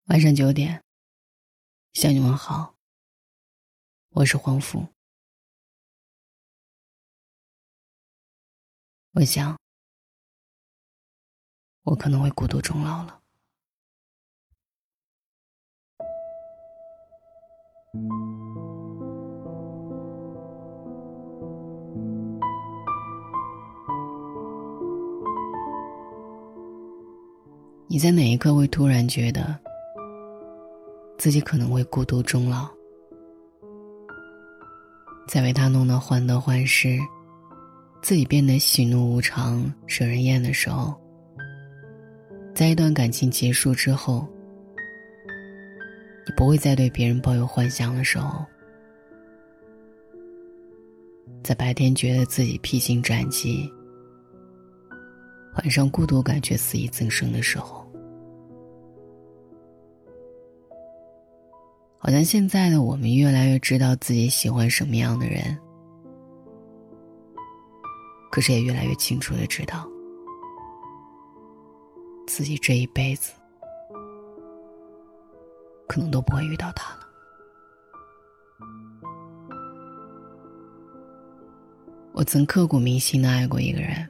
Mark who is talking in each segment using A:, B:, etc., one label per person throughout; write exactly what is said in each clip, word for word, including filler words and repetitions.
A: 晚上九点，向你们好，我是黄甫。我想，我可能会孤独终老了。你在哪一刻会突然觉得自己可能会孤独终老？在为他弄得患得患失，自己变得喜怒无常、惹人厌的时候，在一段感情结束之后，你不会再对别人抱有幻想的时候，在白天觉得自己披荆斩棘，晚上孤独感却肆意增生的时候，好像现在的我们越来越知道自己喜欢什么样的人，可是也越来越清楚地知道，自己这一辈子可能都不会遇到他了。我曾刻骨铭心地爱过一个人，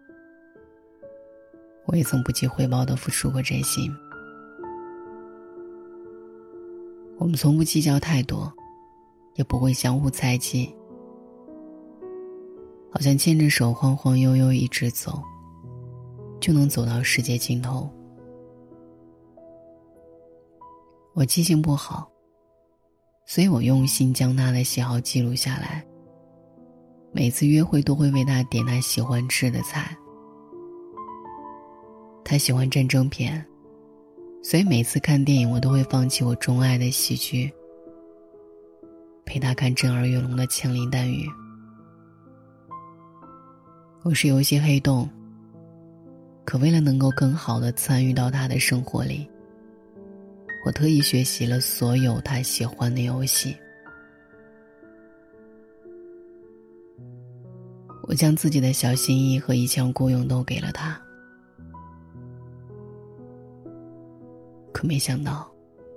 A: 我也曾不计回报地付出过真心。我们从不计较太多，也不会相互猜忌，好像牵着手晃晃悠悠一直走，就能走到世界尽头。我记性不好，所以我用心将他的喜好记录下来，每次约会都会为他点他喜欢吃的菜。他喜欢战争片，所以每次看电影我都会放弃我钟爱的喜剧，陪他看震耳欲聋的枪林弹雨。我是游戏黑洞，可为了能够更好地参与到他的生活里，我特意学习了所有他喜欢的游戏。我将自己的小心翼翼和一腔孤勇都给了他，可没想到，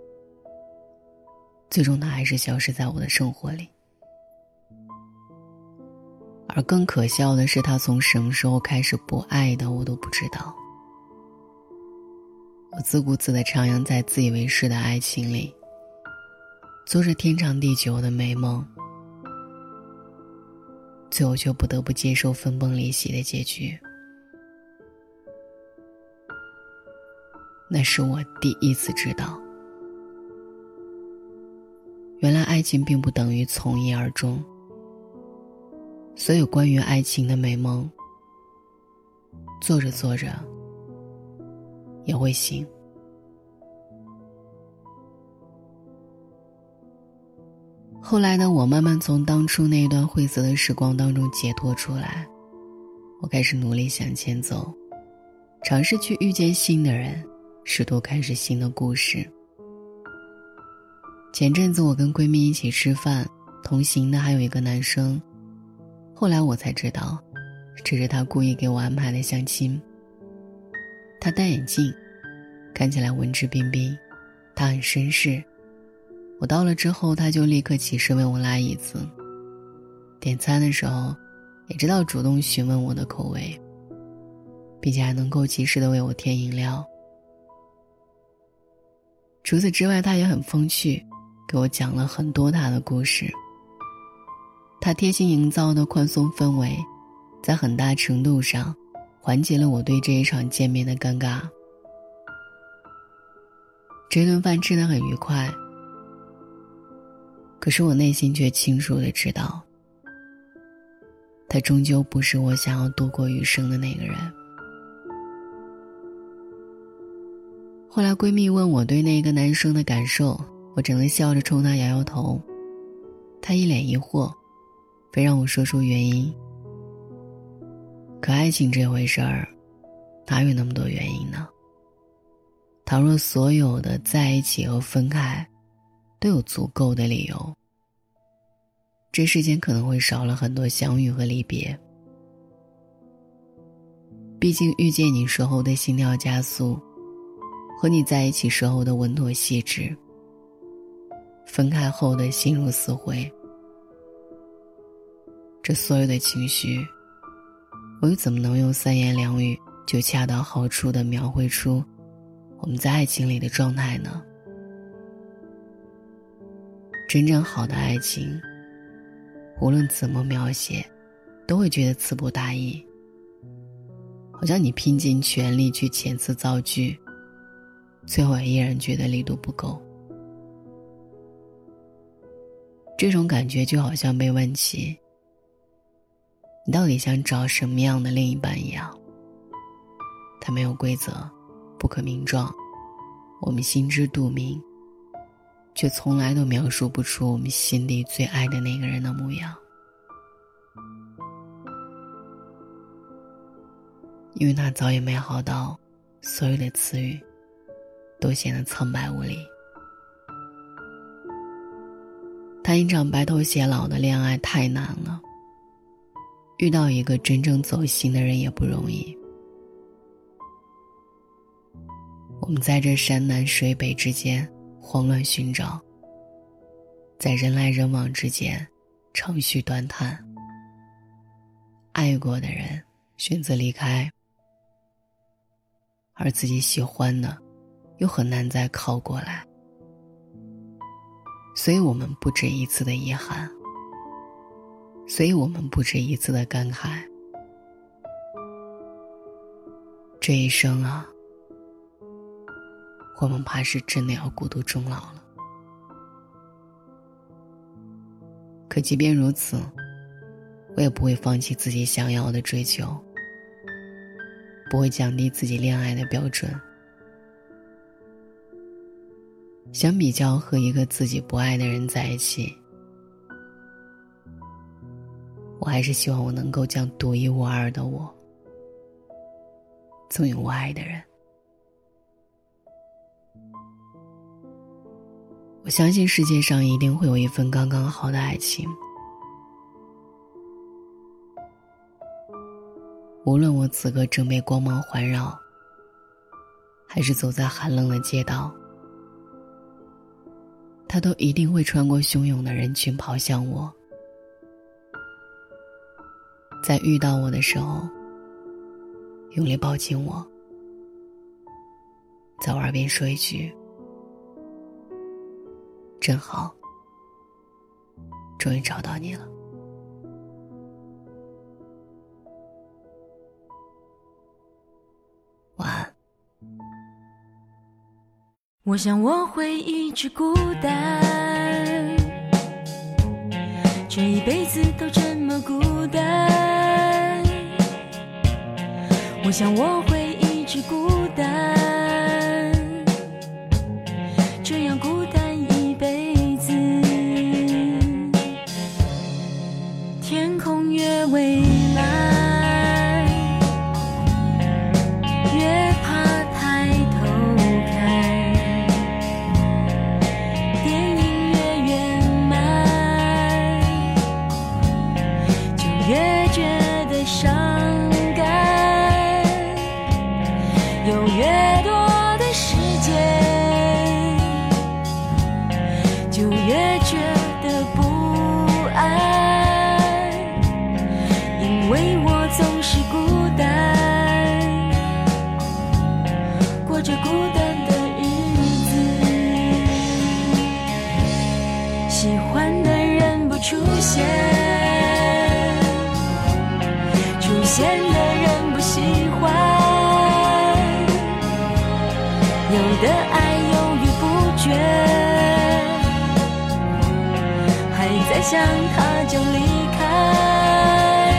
A: 最终他还是消失在我的生活里。而更可笑的是，他从什么时候开始不爱的我都不知道。我自顾自地徜徉在自以为是的爱情里，做着天长地久的美梦，最后却不得不接受分崩离析的结局。那是我第一次知道，原来爱情并不等于从一而终。所有关于爱情的美梦，做着做着也会醒。后来呢，我慢慢从当初那一段晦涩的时光当中解脱出来，我开始努力向前走，尝试去遇见新的人，试图开始新的故事。前阵子我跟闺蜜一起吃饭，同行的还有一个男生，后来我才知道，这是他故意给我安排的相亲。他戴眼镜，看起来文质彬彬，他很绅士。我到了之后，他就立刻起身为我拉椅子，点餐的时候也知道主动询问我的口味，并且还能够及时的为我添饮料。除此之外，他也很风趣，给我讲了很多他的故事。他贴心营造的宽松氛围，在很大程度上缓解了我对这一场见面的尴尬。这顿饭吃得很愉快，可是我内心却清楚地知道，他终究不是我想要度过余生的那个人。后来闺蜜问我对那个男生的感受，我只能笑着冲他摇摇头。他一脸疑惑，非让我说出原因。可爱情这回事儿，哪有那么多原因呢？倘若所有的在一起和分开都有足够的理由，这世间可能会少了很多相遇和离别。毕竟遇见你时候的心跳加速， 和你在一起时候的稳妥细致，分开后的心如死灰。这所有的情绪，我又怎么能用三言两语就恰到好处地描绘出我们在爱情里的状态呢？真正好的爱情，无论怎么描写，都会觉得词不达意，好像你拼尽全力去遣词造句，最后也依然觉得力度不够。这种感觉就好像被问起，你到底想找什么样的另一半一样。它没有规则，不可名状，我们心知肚明，却从来都描述不出我们心底最爱的那个人的模样。因为它早已美好到所有的词语都显得苍白无力。谈一场白头偕老的恋爱太难了，遇到一个真正走心的人也不容易。我们在这山南水北之间慌乱寻找，在人来人往之间长吁短叹。爱过的人选择离开，而自己喜欢的又很难再靠过来。所以我们不止一次的遗憾，所以我们不止一次的感慨，这一生啊，我们怕是真的要孤独终老了。可即便如此，我也不会放弃自己想要的追求，不会降低自己恋爱的标准。相比较和一个自己不爱的人在一起，我还是希望我能够将独一无二的我赠予我爱的人。我相信世界上一定会有一份刚刚好的爱情，无论我此刻正被光芒环绕，还是走在寒冷的街道，他都一定会穿过汹涌的人群跑向我。在遇到我的时候，用力抱紧我，在我耳边说一句：真好，终于找到你了。晚安。
B: 我想我会一直孤单，这一辈子都这么孤单。我想我会一直孤单，这样孤单一辈子。天空越蔚蓝，越怕抬头看。越觉得伤感，有越多的时间，就越觉得不安，因为我总是孤单，过着孤单的日子，喜欢的人不出现，出现的人不喜欢，有的爱犹豫不决，还在想他就离开，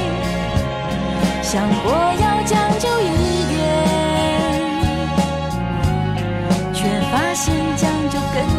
B: 想过要将就一点，却发现将就更